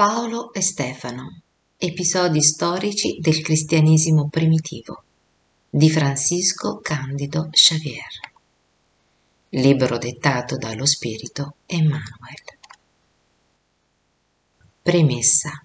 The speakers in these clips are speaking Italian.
Paolo e Stefano. Episodi storici del cristianesimo primitivo di Francisco Cándido Xavier. Libro dettato dallo spirito Emmanuel. Premessa.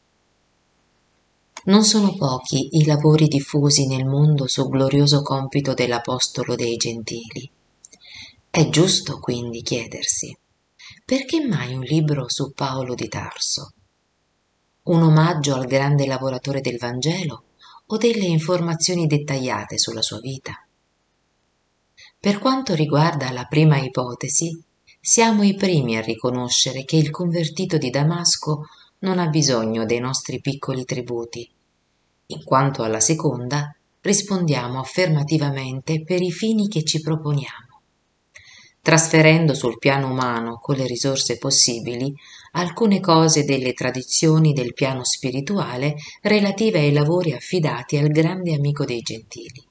Non sono pochi i lavori diffusi nel mondo sul glorioso compito dell'Apostolo dei Gentili. È giusto quindi chiedersi: perché mai un libro su Paolo di Tarso? Un omaggio al grande lavoratore del Vangelo o delle informazioni dettagliate sulla sua vita? Per quanto riguarda la prima ipotesi, siamo i primi a riconoscere che il convertito di Damasco non ha bisogno dei nostri piccoli tributi. In quanto alla seconda, rispondiamo affermativamente per i fini che ci proponiamo, trasferendo sul piano umano, con le risorse possibili, alcune cose delle tradizioni del piano spirituale relative ai lavori affidati al grande amico dei Gentili.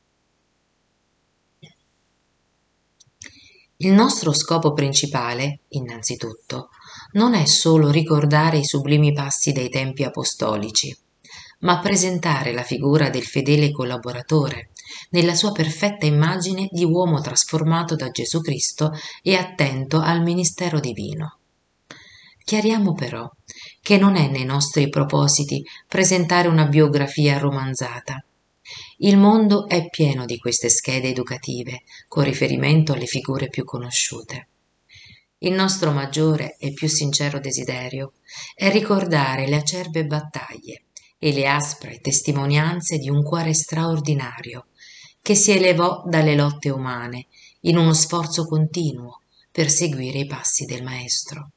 Il nostro scopo principale, innanzitutto, non è solo ricordare i sublimi passi dei tempi apostolici, ma presentare la figura del fedele collaboratore nella sua perfetta immagine di uomo trasformato da Gesù Cristo e attento al ministero divino. Chiariamo però che non è nei nostri propositi presentare una biografia romanzata. Il mondo è pieno di queste schede educative con riferimento alle figure più conosciute. Il nostro maggiore e più sincero desiderio è ricordare le acerbe battaglie e le aspre testimonianze di un cuore straordinario che si elevò dalle lotte umane in uno sforzo continuo per seguire i passi del Maestro.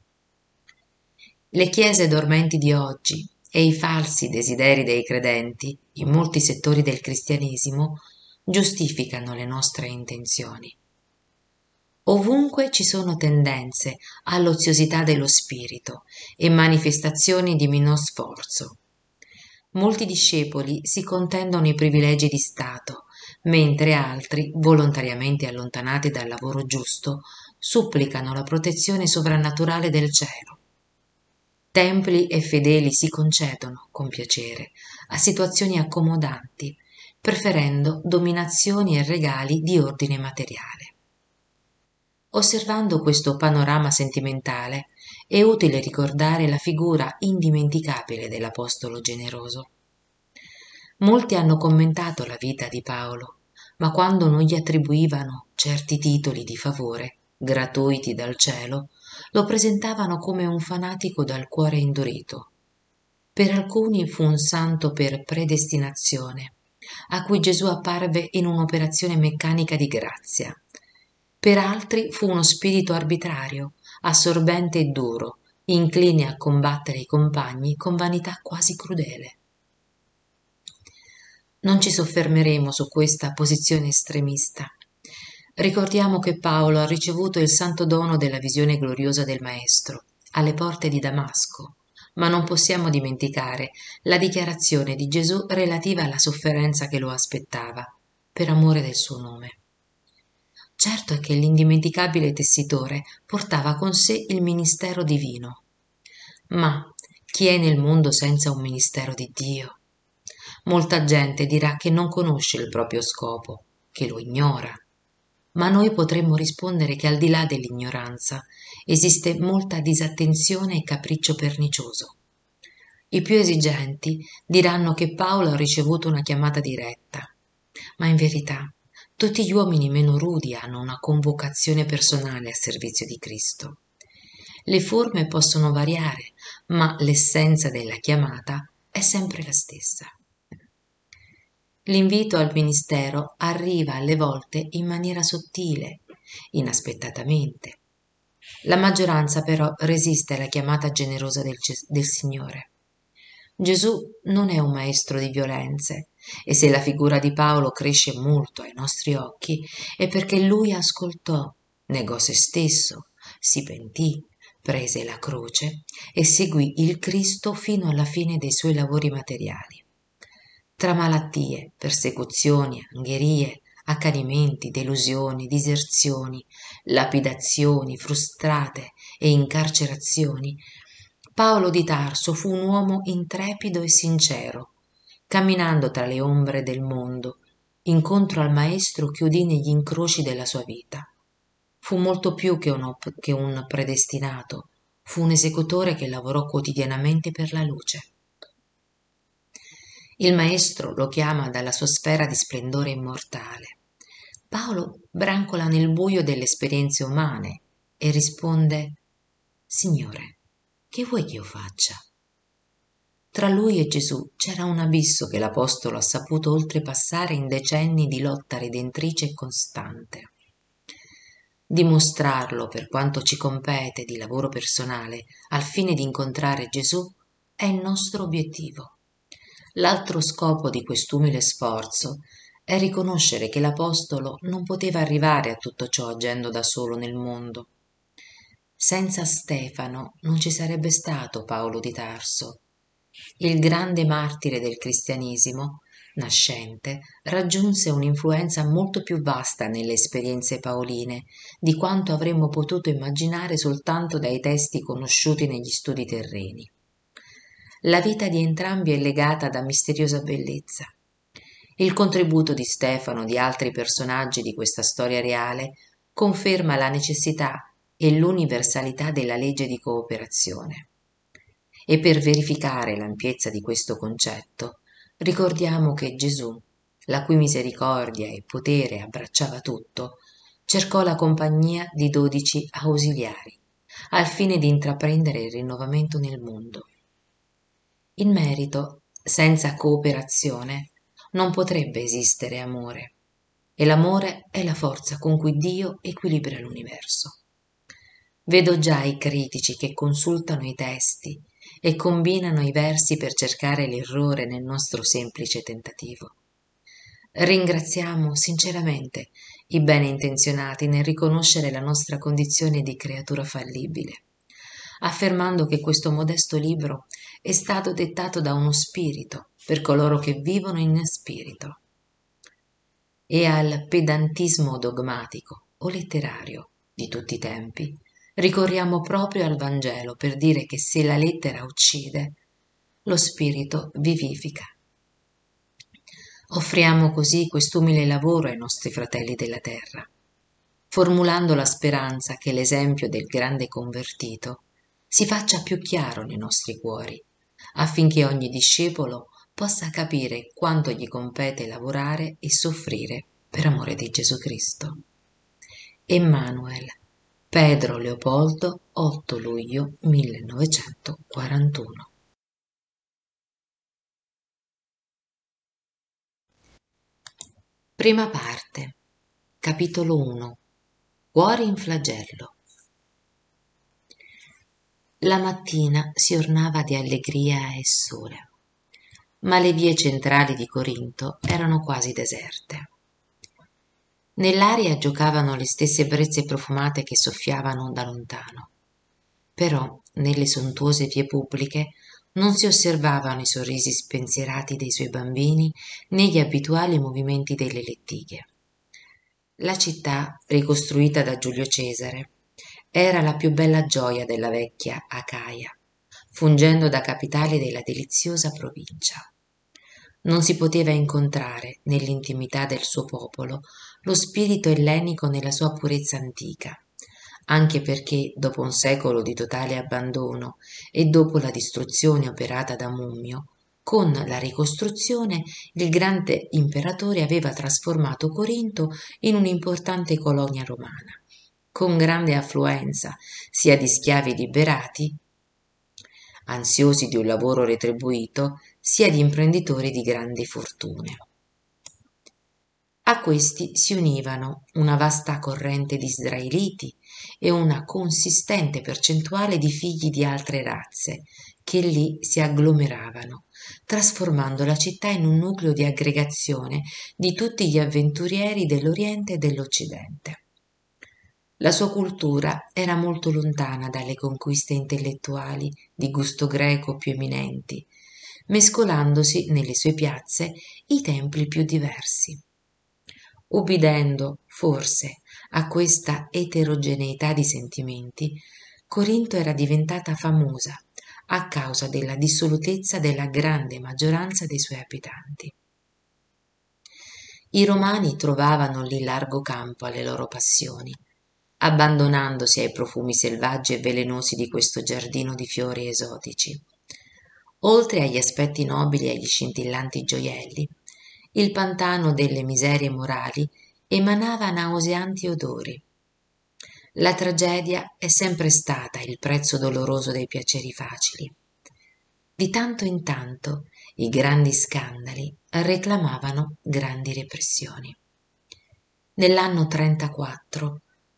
Le chiese dormenti di oggi e i falsi desideri dei credenti in molti settori del cristianesimo giustificano le nostre intenzioni. Ovunque ci sono tendenze all'oziosità dello spirito e manifestazioni di minor sforzo. Molti discepoli si contendono i privilegi di Stato, mentre altri, volontariamente allontanati dal lavoro giusto, supplicano la protezione sovrannaturale del cielo. Templi e fedeli si concedono, con piacere, a situazioni accomodanti, preferendo dominazioni e regali di ordine materiale. Osservando questo panorama sentimentale, è utile ricordare la figura indimenticabile dell'Apostolo generoso. Molti hanno commentato la vita di Paolo, ma quando non gli attribuivano certi titoli di favore, gratuiti dal cielo, lo presentavano come un fanatico dal cuore indurito. Per alcuni fu un santo per predestinazione, a cui Gesù apparve in un'operazione meccanica di grazia. Per altri fu uno spirito arbitrario, assorbente e duro, incline a combattere i compagni con vanità quasi crudele. Non ci soffermeremo su questa posizione estremista. Ricordiamo che Paolo ha ricevuto il santo dono della visione gloriosa del Maestro, alle porte di Damasco, ma non possiamo dimenticare la dichiarazione di Gesù relativa alla sofferenza che lo aspettava, per amore del suo nome. Certo è che l'indimenticabile tessitore portava con sé il ministero divino. Ma chi è nel mondo senza un ministero di Dio? Molta gente dirà che non conosce il proprio scopo, che lo ignora. Ma noi potremmo rispondere che al di là dell'ignoranza esiste molta disattenzione e capriccio pernicioso. I più esigenti diranno che Paolo ha ricevuto una chiamata diretta, ma in verità tutti gli uomini meno rudi hanno una convocazione personale a servizio di Cristo. Le forme possono variare, ma l'essenza della chiamata è sempre la stessa. L'invito al ministero arriva alle volte in maniera sottile, inaspettatamente. La maggioranza però resiste alla chiamata generosa del Signore. Gesù non è un maestro di violenze, e se la figura di Paolo cresce molto ai nostri occhi è perché lui ascoltò, negò se stesso, si pentì, prese la croce e seguì il Cristo fino alla fine dei suoi lavori materiali. Tra malattie, persecuzioni, angherie, accanimenti, delusioni, diserzioni, lapidazioni frustrate e incarcerazioni, Paolo di Tarso fu un uomo intrepido e sincero, camminando tra le ombre del mondo, incontro al Maestro che udì negli incroci della sua vita. Fu molto più che un predestinato, fu un esecutore che lavorò quotidianamente per la luce. Il Maestro lo chiama dalla sua sfera di splendore immortale. Paolo brancola nel buio delle esperienze umane e risponde: Signore, che vuoi che io faccia? Tra lui e Gesù c'era un abisso che l'Apostolo ha saputo oltrepassare in decenni di lotta redentrice e costante. Dimostrarlo, per quanto ci compete di lavoro personale, al fine di incontrare Gesù, è il nostro obiettivo. L'altro scopo di quest'umile sforzo è riconoscere che l'Apostolo non poteva arrivare a tutto ciò agendo da solo nel mondo. Senza Stefano non ci sarebbe stato Paolo di Tarso. Il grande martire del cristianesimo nascente raggiunse un'influenza molto più vasta nelle esperienze paoline di quanto avremmo potuto immaginare soltanto dai testi conosciuti negli studi terreni. La vita di entrambi è legata da misteriosa bellezza. Il contributo di Stefano e di altri personaggi di questa storia reale conferma la necessità e l'universalità della legge di cooperazione. E per verificare l'ampiezza di questo concetto, ricordiamo che Gesù, la cui misericordia e potere abbracciava tutto, cercò la compagnia di 12 ausiliari, al fine di intraprendere il rinnovamento nel mondo. In merito, senza cooperazione, non potrebbe esistere amore, e l'amore è la forza con cui Dio equilibra l'universo. Vedo già i critici che consultano i testi e combinano i versi per cercare l'errore nel nostro semplice tentativo. Ringraziamo sinceramente i bene intenzionati nel riconoscere la nostra condizione di creatura fallibile, affermando che questo modesto libro è stato dettato da uno spirito per coloro che vivono in spirito. E al pedantismo dogmatico o letterario di tutti i tempi ricorriamo proprio al Vangelo per dire che se la lettera uccide, lo spirito vivifica. Offriamo così quest'umile lavoro ai nostri fratelli della terra, formulando la speranza che l'esempio del grande convertito si faccia più chiaro nei nostri cuori, affinché ogni discepolo possa capire quanto gli compete lavorare e soffrire per amore di Gesù Cristo. Emmanuel, Pedro Leopoldo, 8 luglio 1941. Prima parte. Capitolo 1. Cuori in flagello. La mattina si ornava di allegria e sole, ma le vie centrali di Corinto erano quasi deserte. Nell'aria giocavano le stesse brezze profumate che soffiavano da lontano. Però nelle sontuose vie pubbliche non si osservavano i sorrisi spensierati dei suoi bambini né gli abituali movimenti delle lettighe. La città, ricostruita da Giulio Cesare, era la più bella gioia della vecchia Acaia, fungendo da capitale della deliziosa provincia. Non si poteva incontrare nell'intimità del suo popolo lo spirito ellenico nella sua purezza antica, anche perché dopo un secolo di totale abbandono e dopo la distruzione operata da Mummio, con la ricostruzione il grande imperatore aveva trasformato Corinto in un'importante colonia romana, con grande affluenza sia di schiavi liberati, ansiosi di un lavoro retribuito, sia di imprenditori di grandi fortune. A questi si univano una vasta corrente di israeliti e una consistente percentuale di figli di altre razze che lì si agglomeravano, trasformando la città in un nucleo di aggregazione di tutti gli avventurieri dell'Oriente e dell'Occidente. La sua cultura era molto lontana dalle conquiste intellettuali di gusto greco più eminenti, mescolandosi nelle sue piazze i templi più diversi. Ubbidendo, forse, a questa eterogeneità di sentimenti, Corinto era diventata famosa, a causa della dissolutezza della grande maggioranza dei suoi abitanti. I romani trovavano lì largo campo alle loro passioni, abbandonandosi ai profumi selvaggi e velenosi di questo giardino di fiori esotici. Oltre agli aspetti nobili e agli scintillanti gioielli, il pantano delle miserie morali emanava nauseanti odori. La tragedia è sempre stata il prezzo doloroso dei piaceri facili. Di tanto in tanto i grandi scandali reclamavano grandi repressioni. Nell'anno 34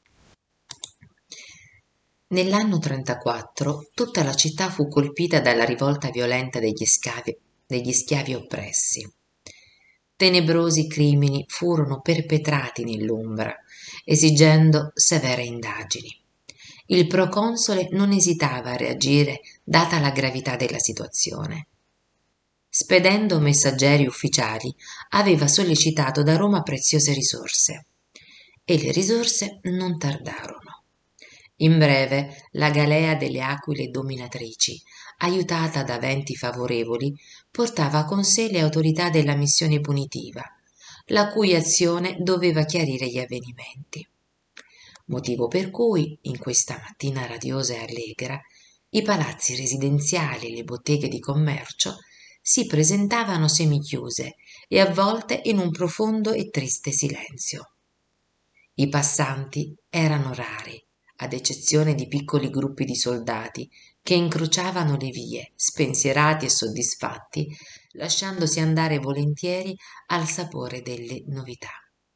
tutta la città fu colpita dalla rivolta violenta degli schiavi oppressi. Tenebrosi crimini furono perpetrati nell'ombra, esigendo severe indagini. Il proconsole non esitava a reagire data la gravità della situazione. Spedendo messaggeri ufficiali, aveva sollecitato da Roma preziose risorse. E le risorse non tardarono. In breve, la galea delle aquile dominatrici, aiutata da venti favorevoli, portava con sé le autorità della missione punitiva, la cui azione doveva chiarire gli avvenimenti. Motivo per cui, in questa mattina radiosa e allegra, i palazzi residenziali e le botteghe di commercio si presentavano semichiuse e avvolte in un profondo e triste silenzio. I passanti erano rari, ad eccezione di piccoli gruppi di soldati che incrociavano le vie, spensierati e soddisfatti, lasciandosi andare volentieri al sapore delle novità.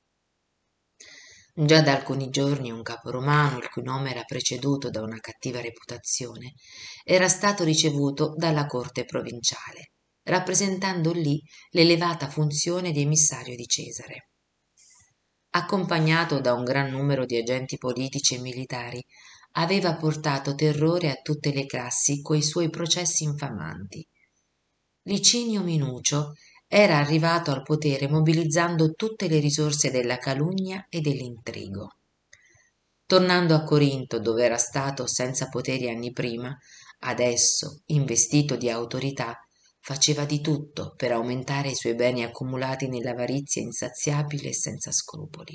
Già da alcuni giorni un capo romano, il cui nome era preceduto da una cattiva reputazione, era stato ricevuto dalla corte provinciale, rappresentando lì l'elevata funzione di emissario di Cesare. Accompagnato da un gran numero di agenti politici e militari, aveva portato terrore a tutte le classi coi suoi processi infamanti. Licinio Minucio era arrivato al potere mobilizzando tutte le risorse della calunnia e dell'intrigo. Tornando a Corinto, dove era stato senza poteri anni prima, adesso, investito di autorità, faceva di tutto per aumentare i suoi beni accumulati nell'avarizia insaziabile e senza scrupoli.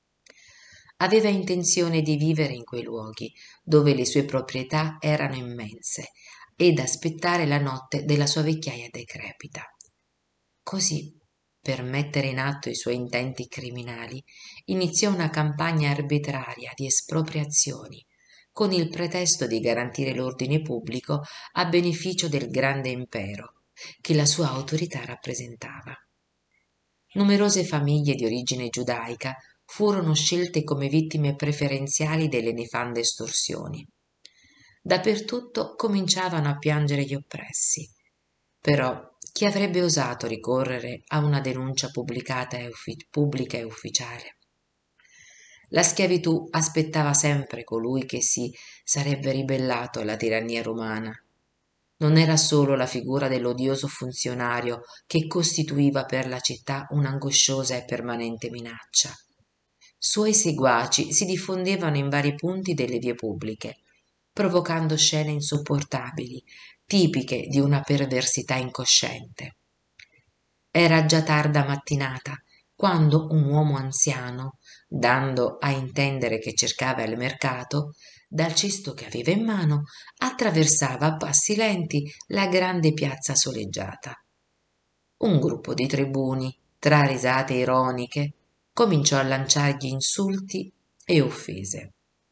Aveva intenzione di vivere in quei luoghi, dove le sue proprietà erano immense, ed aspettare la notte della sua vecchiaia decrepita. Così, per mettere in atto i suoi intenti criminali, iniziò una campagna arbitraria di espropriazioni, con il pretesto di garantire l'ordine pubblico a beneficio del grande impero che la sua autorità rappresentava. Numerose famiglie di origine giudaica furono scelte come vittime preferenziali delle nefande estorsioni. Dappertutto cominciavano a piangere gli oppressi. Però chi avrebbe osato ricorrere a una denuncia pubblica e ufficiale? La schiavitù aspettava sempre colui che si sarebbe ribellato alla tirannia romana. Non era solo la figura dell'odioso funzionario che costituiva per la città un'angosciosa e permanente minaccia. Suoi seguaci si diffondevano in vari punti delle vie pubbliche, provocando scene insopportabili, tipiche di una perversità incosciente. Era già tarda mattinata quando un uomo anziano, dando a intendere che cercava il mercato, dal cesto che aveva in mano attraversava a passi lenti la grande piazza soleggiata. Un gruppo di tribuni, tra risate ironiche, cominciò a lanciargli insulti e offese.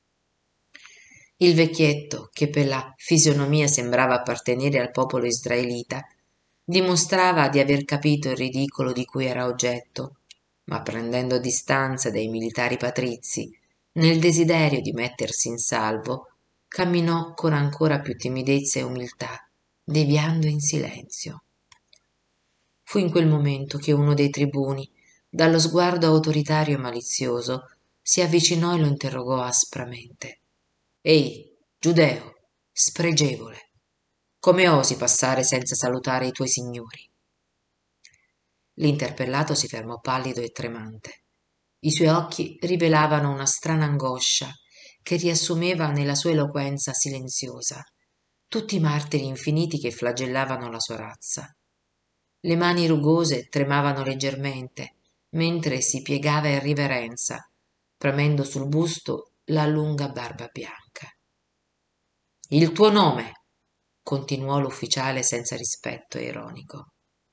Il vecchietto, che per la fisionomia sembrava appartenere al popolo israelita, dimostrava di aver capito il ridicolo di cui era oggetto, ma prendendo distanza dai militari patrizi, nel desiderio di mettersi in salvo, camminò con ancora più timidezza e umiltà, deviando in silenzio. Fu in quel momento che uno dei tribuni, dallo sguardo autoritario e malizioso, si avvicinò e lo interrogò aspramente. «Ehi, giudeo, spregevole, come osi passare senza salutare i tuoi signori?» L'interpellato si fermò pallido e tremante. I suoi occhi rivelavano una strana angoscia che riassumeva nella sua eloquenza silenziosa. tutti martiri infiniti che flagellavano la sua razza. Le mani rugose tremavano leggermente, mentre si piegava in riverenza, premendo sul busto la lunga barba bianca. «Il tuo nome?» continuò l'ufficiale senza rispetto e ironico.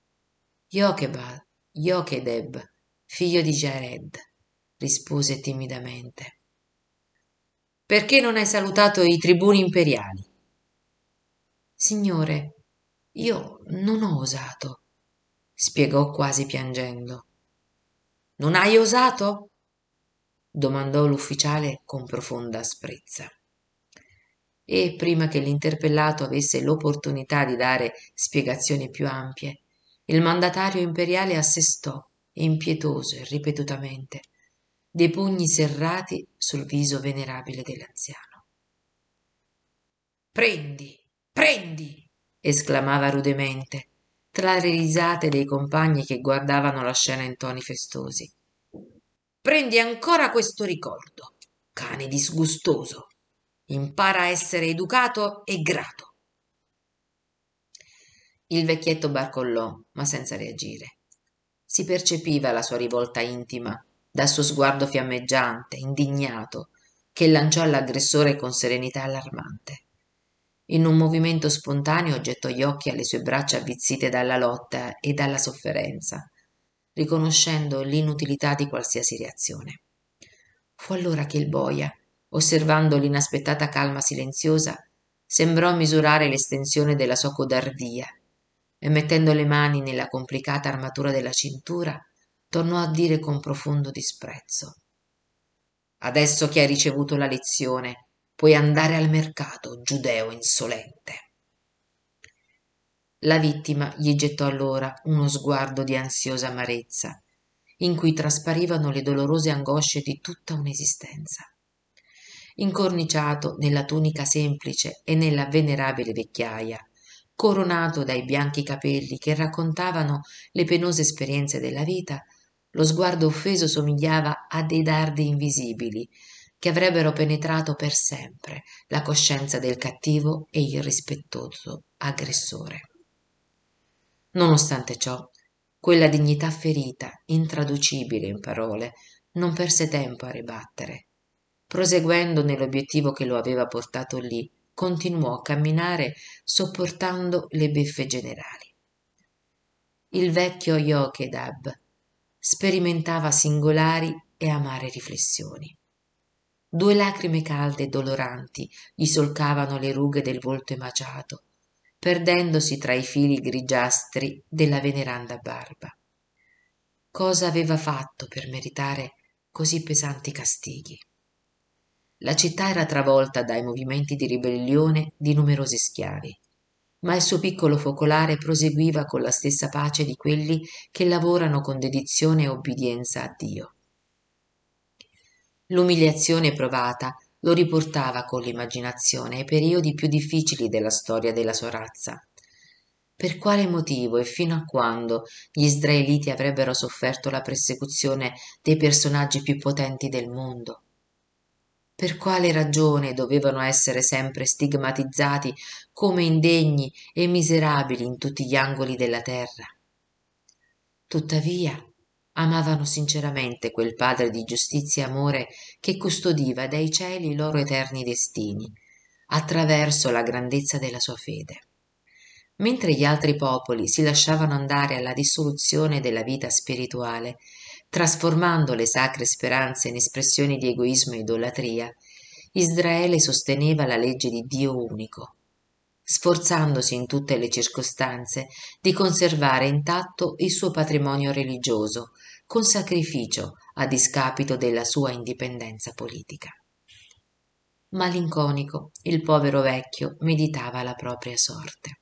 Jochebed, figlio di Jared, rispose timidamente. «Perché non hai salutato i tribuni imperiali?» «Signore, io non ho osato», spiegò quasi piangendo. «Non hai osato?» domandò l'ufficiale con profonda asprezza. E prima che l'interpellato avesse l'opportunità di dare spiegazioni più ampie, il mandatario imperiale assestò, impietoso e ripetutamente, dei pugni serrati sul viso venerabile dell'anziano. «Prendi, prendi!» esclamava rudemente, tra le risate dei compagni che guardavano la scena in toni festosi. «Prendi ancora questo ricordo, cane disgustoso! Impara a essere educato e grato!» Il vecchietto barcollò, ma senza reagire. Si percepiva la sua rivolta intima dal suo sguardo fiammeggiante, indignato, che lanciò all'aggressore con serenità allarmante. In un movimento spontaneo gettò gli occhi alle sue braccia avvizzite dalla lotta e dalla sofferenza, riconoscendo l'inutilità di qualsiasi reazione. Fu allora che il boia, osservando l'inaspettata calma silenziosa, sembrò misurare l'estensione della sua codardia e, mettendo le mani nella complicata armatura della cintura, tornò a dire con profondo disprezzo: «Adesso che hai ricevuto la lezione, puoi andare al mercato, giudeo insolente!» La vittima gli gettò allora uno sguardo di ansiosa amarezza, in cui trasparivano le dolorose angosce di tutta un'esistenza. Incorniciato nella tunica semplice e nella venerabile vecchiaia, coronato dai bianchi capelli che raccontavano le penose esperienze della vita, lo sguardo offeso somigliava a dei dardi invisibili che avrebbero penetrato per sempre la coscienza del cattivo e irrispettoso aggressore. Nonostante ciò, quella dignità ferita, intraducibile in parole, non perse tempo a ribattere. Proseguendo nell'obiettivo che lo aveva portato lì, continuò a camminare sopportando le beffe generali. Il vecchio Jochedab sperimentava singolari e amare riflessioni. 2 lacrime calde e doloranti gli solcavano le rughe del volto emaciato, perdendosi tra i fili grigiastri della veneranda barba. Cosa aveva fatto per meritare così pesanti castighi? La città era travolta dai movimenti di ribellione di numerosi schiavi, ma il suo piccolo focolare proseguiva con la stessa pace di quelli che lavorano con dedizione e obbedienza a Dio. L'umiliazione provata lo riportava con l'immaginazione ai periodi più difficili della storia della sua razza. Per quale motivo e fino a quando gli israeliti avrebbero sofferto la persecuzione dei personaggi più potenti del mondo? Per quale ragione dovevano essere sempre stigmatizzati come indegni e miserabili in tutti gli angoli della terra? Tuttavia, amavano sinceramente quel padre di giustizia e amore che custodiva dai cieli i loro eterni destini, attraverso la grandezza della sua fede. Mentre gli altri popoli si lasciavano andare alla dissoluzione della vita spirituale, trasformando le sacre speranze in espressioni di egoismo e idolatria, Israele sosteneva la legge di Dio unico, sforzandosi in tutte le circostanze di conservare intatto il suo patrimonio religioso, con sacrificio a discapito della sua indipendenza politica. Malinconico, il povero vecchio meditava la propria sorte.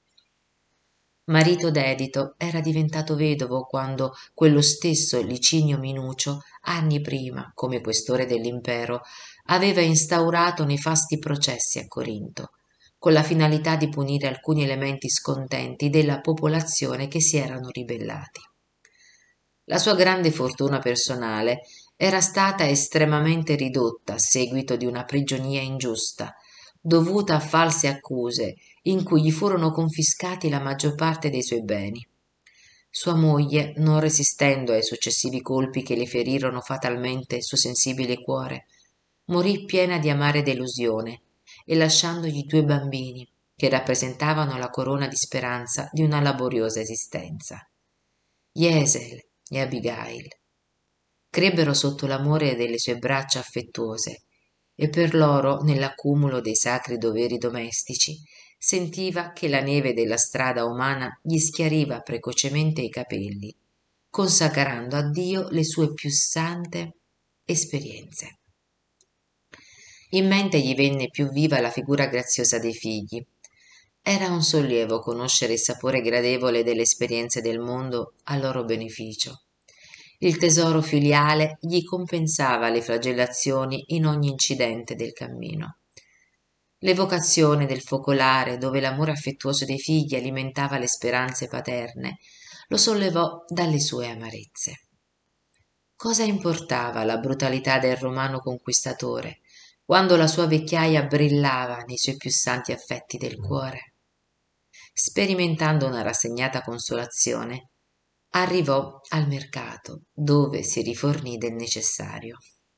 Marito dedito, era diventato vedovo quando quello stesso Licinio Minucio, anni prima, come questore dell'impero, aveva instaurato nefasti processi a Corinto, con la finalità di punire alcuni elementi scontenti della popolazione che si erano ribellati. La sua grande fortuna personale era stata estremamente ridotta a seguito di una prigionia ingiusta, dovuta a false accuse in cui gli furono confiscati la maggior parte dei suoi beni. Sua moglie, non resistendo ai successivi colpi che le ferirono fatalmente il suo sensibile cuore, morì piena di amare delusione e lasciandogli 2 bambini che rappresentavano la corona di speranza di una laboriosa esistenza. Jesel e Abigail crebbero sotto l'amore delle sue braccia affettuose e per loro, nell'accumulo dei sacri doveri domestici, sentiva che la neve della strada umana gli schiariva precocemente i capelli, consacrando a Dio le sue più sante esperienze. In mente gli venne più viva la figura graziosa dei figli. Era un sollievo conoscere il sapore gradevole delle esperienze del mondo a loro beneficio. Il tesoro filiale gli compensava le flagellazioni in ogni incidente del cammino. L'evocazione del focolare dove l'amore affettuoso dei figli alimentava le speranze paterne lo sollevò dalle sue amarezze. Cosa importava la brutalità del romano conquistatore quando la sua vecchiaia brillava nei suoi più santi affetti del cuore? Sperimentando una rassegnata consolazione, arrivò al mercato, dove si rifornì del necessario.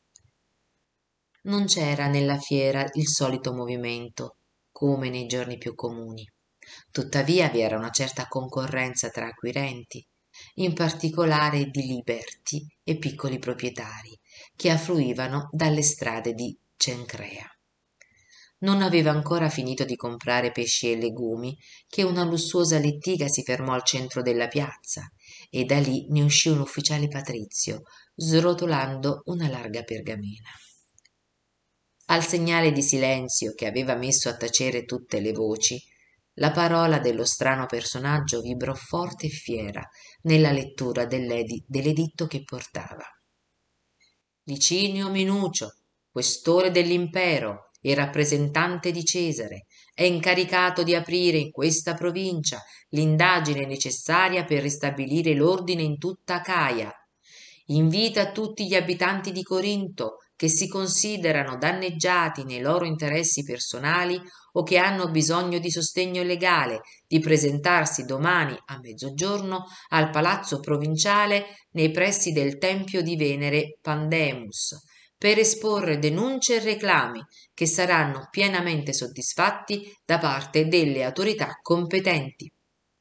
Non c'era nella fiera il solito movimento, come nei giorni più comuni. Tuttavia vi era una certa concorrenza tra acquirenti, in particolare di liberti e piccoli proprietari, che affluivano dalle strade di Cencrea. Non aveva ancora finito di comprare pesci e legumi che una lussuosa lettiga si fermò al centro della piazza e da lì ne uscì un ufficiale patrizio, srotolando una larga pergamena. Al segnale di silenzio che aveva messo a tacere tutte le voci, la parola dello strano personaggio vibrò forte e fiera nella lettura dell'editto che portava. Licinio Minucio, questore dell'impero e rappresentante di Cesare, è incaricato di aprire in questa provincia l'indagine necessaria per ristabilire l'ordine in tutta Acaia. Invita tutti gli abitanti di Corinto che si considerano danneggiati nei loro interessi personali o che hanno bisogno di sostegno legale di presentarsi domani a mezzogiorno al palazzo provinciale nei pressi del tempio di Venere Pandemus per esporre denunce e reclami che saranno pienamente soddisfatti da parte delle autorità competenti.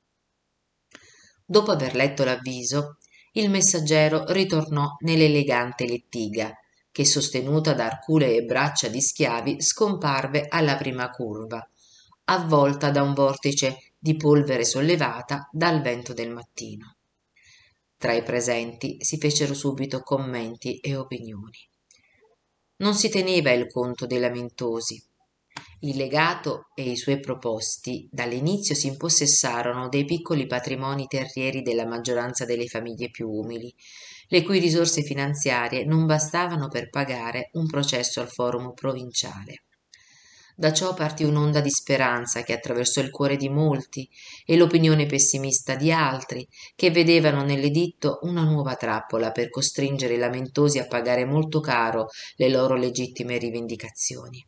Dopo aver letto l'avviso, il messaggero ritornò nell'elegante lettiga che, sostenuta da arcule e braccia di schiavi, scomparve alla prima curva, avvolta da un vortice di polvere sollevata dal vento del mattino. Tra i presenti si fecero subito commenti e opinioni. Non si teneva il conto dei lamentosi. Il legato e i suoi proposti dall'inizio si impossessarono dei piccoli patrimoni terrieri della maggioranza delle famiglie più umili, le cui risorse finanziarie non bastavano per pagare un processo al forum provinciale. Da ciò partì un'onda di speranza che attraversò il cuore di molti e l'opinione pessimista di altri, che vedevano nell'editto una nuova trappola per costringere i lamentosi a pagare molto caro le loro legittime rivendicazioni.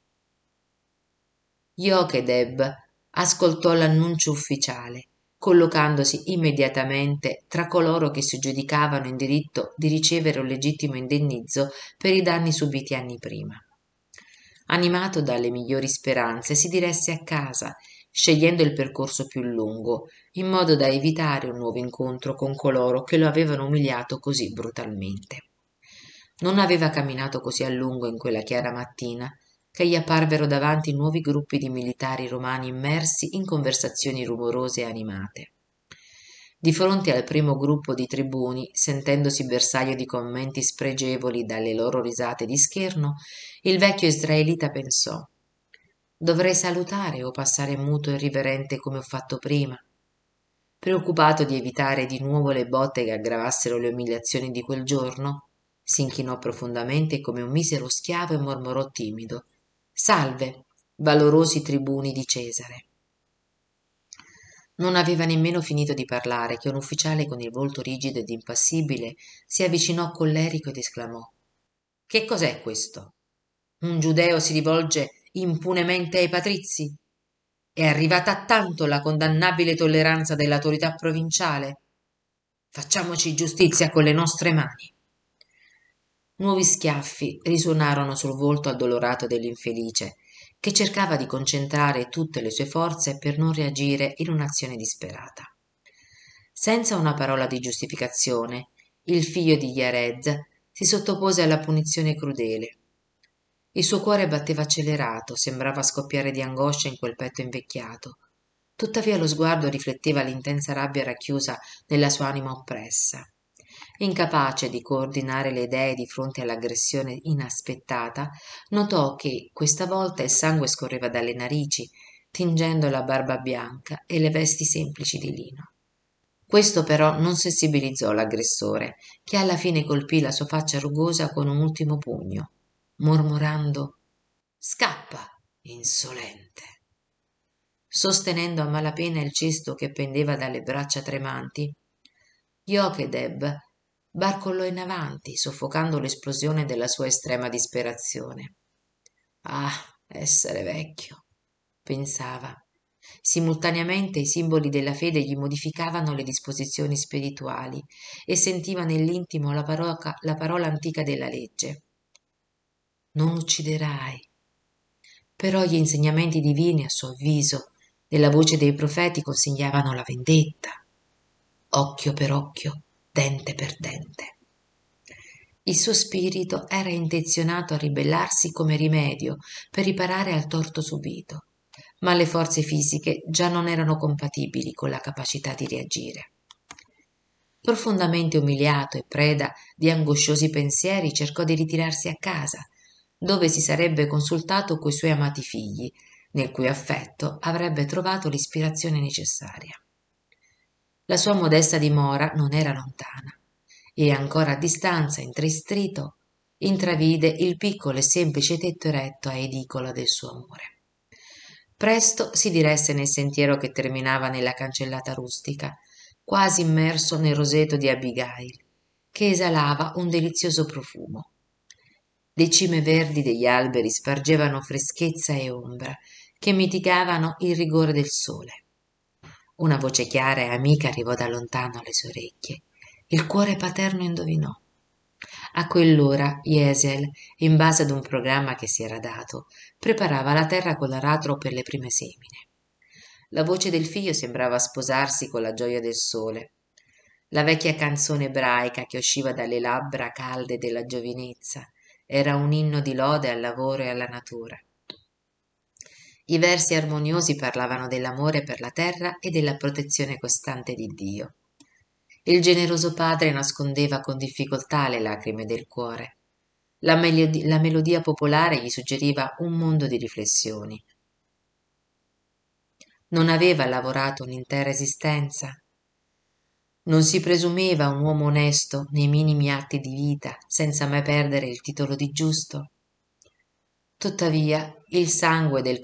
Jochedeb ascoltò l'annuncio ufficiale, collocandosi immediatamente tra coloro che si giudicavano in diritto di ricevere un legittimo indennizzo per i danni subiti anni prima. Animato dalle migliori speranze, si diresse a casa, scegliendo il percorso più lungo, in modo da evitare un nuovo incontro con coloro che lo avevano umiliato così brutalmente. Non aveva camminato così a lungo in quella chiara mattina che gli apparvero davanti nuovi gruppi di militari romani immersi in conversazioni rumorose e animate. Di fronte al primo gruppo di tribuni, sentendosi bersaglio di commenti spregevoli dalle loro risate di scherno, il vecchio israelita pensò: dovrei salutare o passare muto e riverente come ho fatto prima? Preoccupato di evitare di nuovo le botte che aggravassero le umiliazioni di quel giorno, si inchinò profondamente come un misero schiavo e mormorò timido: salve, valorosi tribuni di Cesare. Non aveva nemmeno finito di parlare che un ufficiale con il volto rigido ed impassibile si avvicinò collerico ed esclamò: che cos'è questo? Un giudeo si rivolge impunemente ai patrizi? È arrivata a tanto la condannabile tolleranza dell'autorità provinciale? Facciamoci giustizia con le nostre mani. Nuovi schiaffi risuonarono sul volto addolorato dell'infelice, che cercava di concentrare tutte le sue forze per non reagire in un'azione disperata. Senza una parola di giustificazione, il figlio di Jerez si sottopose alla punizione crudele. Il suo cuore batteva accelerato, sembrava scoppiare di angoscia in quel petto invecchiato. Tuttavia lo sguardo rifletteva l'intensa rabbia racchiusa nella sua anima oppressa. Incapace di coordinare le idee di fronte all'aggressione inaspettata, notò che questa volta il sangue scorreva dalle narici, tingendo la barba bianca e le vesti semplici di lino. Questo però non sensibilizzò l'aggressore, che alla fine colpì la sua faccia rugosa con un ultimo pugno, mormorando «Scappa, insolente!». Sostenendo a malapena il cesto che pendeva dalle braccia tremanti, Jochedeb barcollò in avanti, soffocando l'esplosione della sua estrema disperazione. «Ah, essere vecchio!» pensava. Simultaneamente i simboli della fede gli modificavano le disposizioni spirituali e sentiva nell'intimo la parola antica della legge. Non ucciderai. Però gli insegnamenti divini, a suo avviso, nella voce dei profeti consigliavano la vendetta. Occhio per occhio, dente per dente. Il suo spirito era intenzionato a ribellarsi come rimedio per riparare al torto subito, ma le forze fisiche già non erano compatibili con la capacità di reagire. Profondamente umiliato e preda di angosciosi pensieri, cercò di ritirarsi a casa, dove si sarebbe consultato coi suoi amati figli, nel cui affetto avrebbe trovato l'ispirazione necessaria. La sua modesta dimora non era lontana e ancora a distanza, intristrito, intravide il piccolo e semplice tetto eretto a edicola del suo amore. Presto si diresse nel sentiero che terminava nella cancellata rustica, quasi immerso nel roseto di Abigail, che esalava un delizioso profumo. Le cime verdi degli alberi spargevano freschezza e ombra, che mitigavano il rigore del sole. Una voce chiara e amica arrivò da lontano alle sue orecchie. Il cuore paterno indovinò. A quell'ora Jesiel, in base ad un programma che si era dato, preparava la terra con l'aratro per le prime semine. La voce del figlio sembrava sposarsi con la gioia del sole. La vecchia canzone ebraica che usciva dalle labbra calde della giovinezza era un inno di lode al lavoro e alla natura. I versi armoniosi parlavano dell'amore per la terra e della protezione costante di Dio. Il generoso padre nascondeva con difficoltà le lacrime del cuore. La melodia popolare gli suggeriva un mondo di riflessioni. Non aveva lavorato un'intera esistenza. Non si presumeva un uomo onesto nei minimi atti di vita, senza mai perdere il titolo di giusto. Tuttavia, il sangue della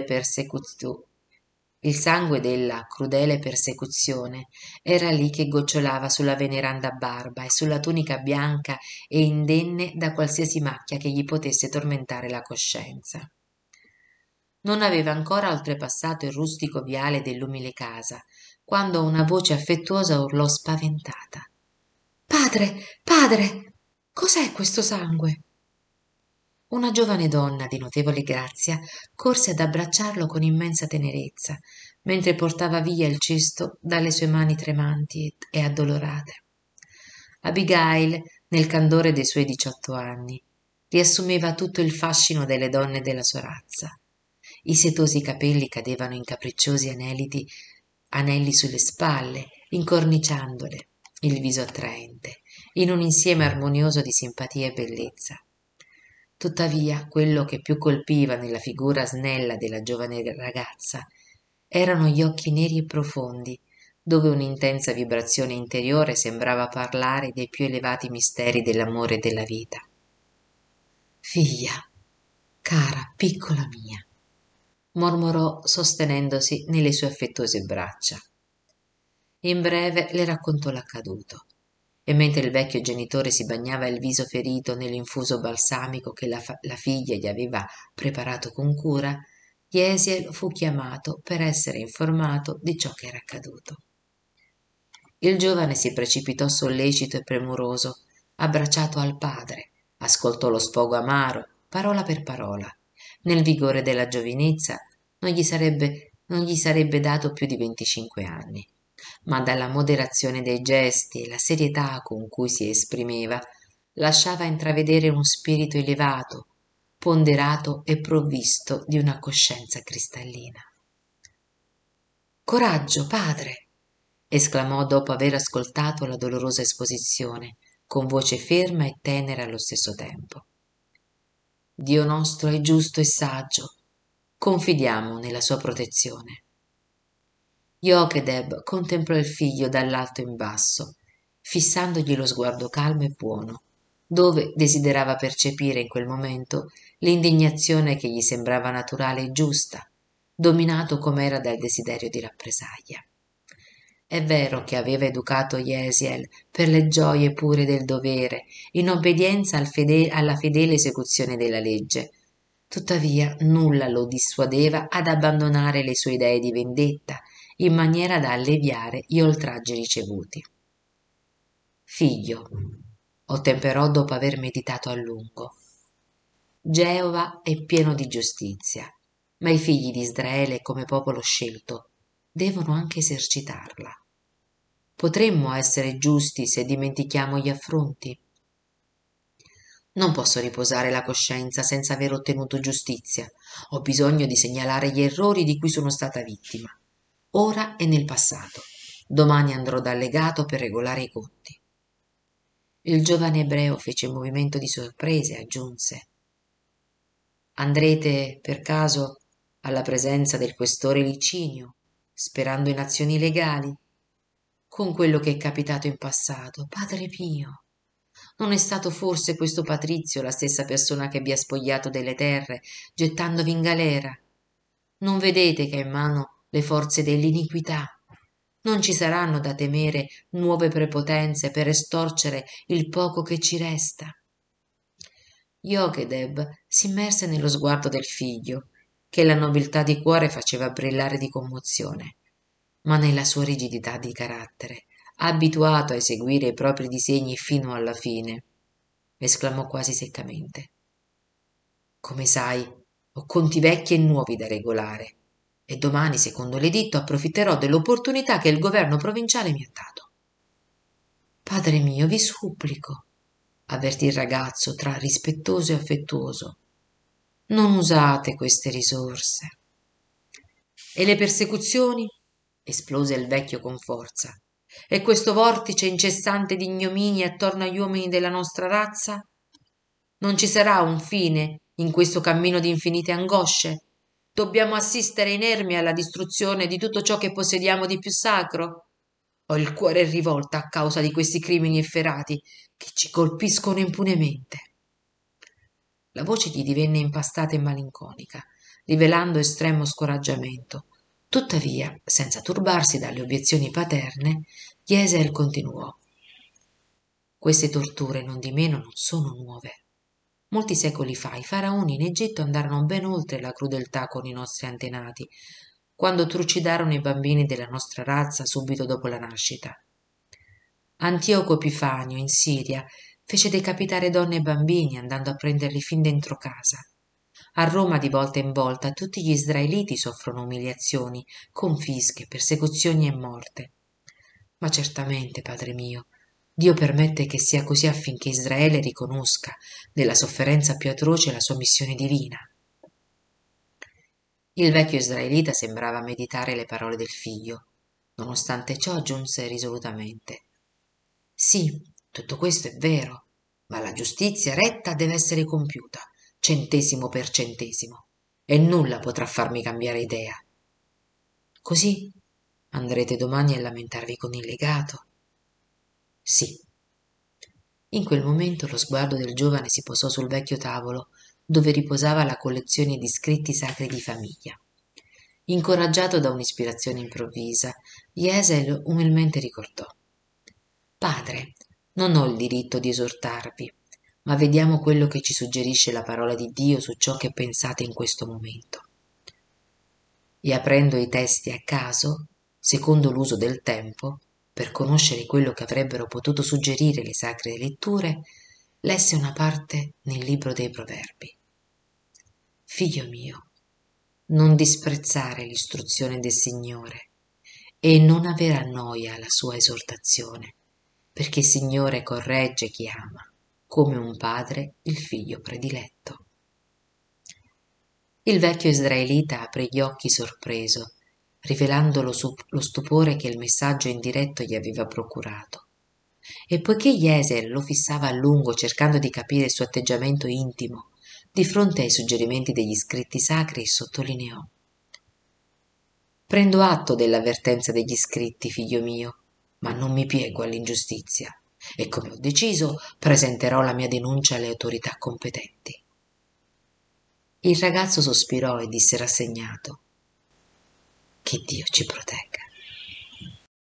crudele persecuzione era lì che gocciolava sulla veneranda barba e sulla tunica bianca e indenne da qualsiasi macchia che gli potesse tormentare la coscienza. Non aveva ancora oltrepassato il rustico viale dell'umile casa, quando una voce affettuosa urlò spaventata. «Padre, padre, cos'è questo sangue?» Una giovane donna di notevole grazia corse ad abbracciarlo con immensa tenerezza, mentre portava via il cesto dalle sue mani tremanti e addolorate. Abigail, nel candore dei suoi 18 anni, riassumeva tutto il fascino delle donne della sua razza. I setosi capelli cadevano in capricciosi anelli sulle spalle, incorniciandole il viso attraente, in un insieme armonioso di simpatia e bellezza. Tuttavia, quello che più colpiva nella figura snella della giovane ragazza erano gli occhi neri e profondi, dove un'intensa vibrazione interiore sembrava parlare dei più elevati misteri dell'amore e della vita. «Figlia, cara, piccola mia», mormorò sostenendosi nelle sue affettuose braccia. In breve le raccontò l'accaduto. E mentre il vecchio genitore si bagnava il viso ferito nell'infuso balsamico che la figlia gli aveva preparato con cura, Jesiel fu chiamato per essere informato di ciò che era accaduto. Il giovane si precipitò sollecito e premuroso, abbracciato al padre, ascoltò lo sfogo amaro, parola per parola. Nel vigore della giovinezza non gli sarebbe dato più di 25 anni, ma dalla moderazione dei gesti e la serietà con cui si esprimeva lasciava intravedere uno spirito elevato, ponderato e provvisto di una coscienza cristallina. Coraggio, padre! Esclamò dopo aver ascoltato la dolorosa esposizione, con voce ferma e tenera allo stesso tempo. Dio nostro è giusto e saggio, confidiamo nella sua protezione. Jochedeb contemplò il figlio dall'alto in basso, fissandogli lo sguardo calmo e buono, dove desiderava percepire in quel momento l'indignazione che gli sembrava naturale e giusta, dominato com'era dal desiderio di rappresaglia. È vero che aveva educato Jesiel per le gioie pure del dovere, in obbedienza alla fedele esecuzione della legge. Tuttavia nulla lo dissuadeva ad abbandonare le sue idee di vendetta, in maniera da alleviare gli oltraggi ricevuti. Figlio, ottemperò dopo aver meditato a lungo, Geova è pieno di giustizia, ma i figli di Israele come popolo scelto devono anche esercitarla. Potremmo essere giusti se dimentichiamo gli affronti? Non posso riposare la coscienza senza aver ottenuto giustizia. Ho bisogno di segnalare gli errori di cui sono stata vittima. Ora e nel passato. Domani andrò dal legato per regolare i conti. Il giovane ebreo fece un movimento di sorpresa e aggiunse: Andrete, per caso, alla presenza del questore Licinio, sperando in azioni legali? Con quello che è capitato in passato, padre mio, non è stato forse questo Patrizio la stessa persona che vi ha spogliato delle terre, gettandovi in galera? Non vedete che è in mano le forze dell'iniquità? Non ci saranno da temere nuove prepotenze per estorcere il poco che ci resta? Jochedeb s'immerse nello sguardo del figlio, che la nobiltà di cuore faceva brillare di commozione, ma nella sua rigidità di carattere, abituato a eseguire i propri disegni fino alla fine, esclamò quasi seccamente: Come sai, ho conti vecchi e nuovi da regolare, e domani, secondo l'editto, approfitterò dell'opportunità che il governo provinciale mi ha dato. Padre mio, vi supplico, avvertì il ragazzo tra rispettoso e affettuoso, non usate queste risorse. E le persecuzioni? Esplose il vecchio con forza. E questo vortice incessante di ignominie attorno agli uomini della nostra razza? Non ci sarà un fine in questo cammino di infinite angosce? Dobbiamo assistere inermi alla distruzione di tutto ciò che possediamo di più sacro? Ho il cuore rivolto a causa di questi crimini efferati che ci colpiscono impunemente. La voce gli divenne impastata e malinconica, rivelando estremo scoraggiamento. Tuttavia, senza turbarsi dalle obiezioni paterne, Jesiel continuò: Queste torture, nondimeno, non sono nuove. Molti secoli fa i faraoni in Egitto andarono ben oltre la crudeltà con i nostri antenati, quando trucidarono i bambini della nostra razza subito dopo la nascita. Antioco Epifanio, in Siria, fece decapitare donne e bambini andando a prenderli fin dentro casa. A Roma, di volta in volta, tutti gli israeliti soffrono umiliazioni, confische, persecuzioni e morte. Ma certamente, padre mio, Dio permette che sia così affinché Israele riconosca nella sofferenza più atroce la sua missione divina. Il vecchio israelita sembrava meditare le parole del figlio. Nonostante ciò aggiunse risolutamente: Sì, tutto questo è vero, ma la giustizia retta deve essere compiuta, centesimo per centesimo, e nulla potrà farmi cambiare idea. Così andrete domani a lamentarvi con il legato? Sì. In quel momento lo sguardo del giovane si posò sul vecchio tavolo, dove riposava la collezione di scritti sacri di famiglia. Incoraggiato da un'ispirazione improvvisa, Jesel umilmente ricordò: Padre, non ho il diritto di esortarvi, ma vediamo quello che ci suggerisce la parola di Dio su ciò che pensate in questo momento. e aprendo i testi a caso, secondo l'uso del tempo, per conoscere quello che avrebbero potuto suggerire le sacre letture, lesse una parte nel libro dei Proverbi. Figlio mio, non disprezzare l'istruzione del Signore e non avere a noia la sua esortazione, perché il Signore corregge chi ama, come un padre il figlio prediletto. Il vecchio israelita aprì gli occhi sorpreso, rivelando lo stupore che il messaggio indiretto gli aveva procurato. E poiché Jeser lo fissava a lungo cercando di capire il suo atteggiamento intimo di fronte ai suggerimenti degli scritti sacri, sottolineò: «Prendo atto dell'avvertenza degli scritti, figlio mio, ma non mi piego all'ingiustizia e, come ho deciso, presenterò la mia denuncia alle autorità competenti». Il ragazzo sospirò e disse rassegnato: «Che Dio ci protegga».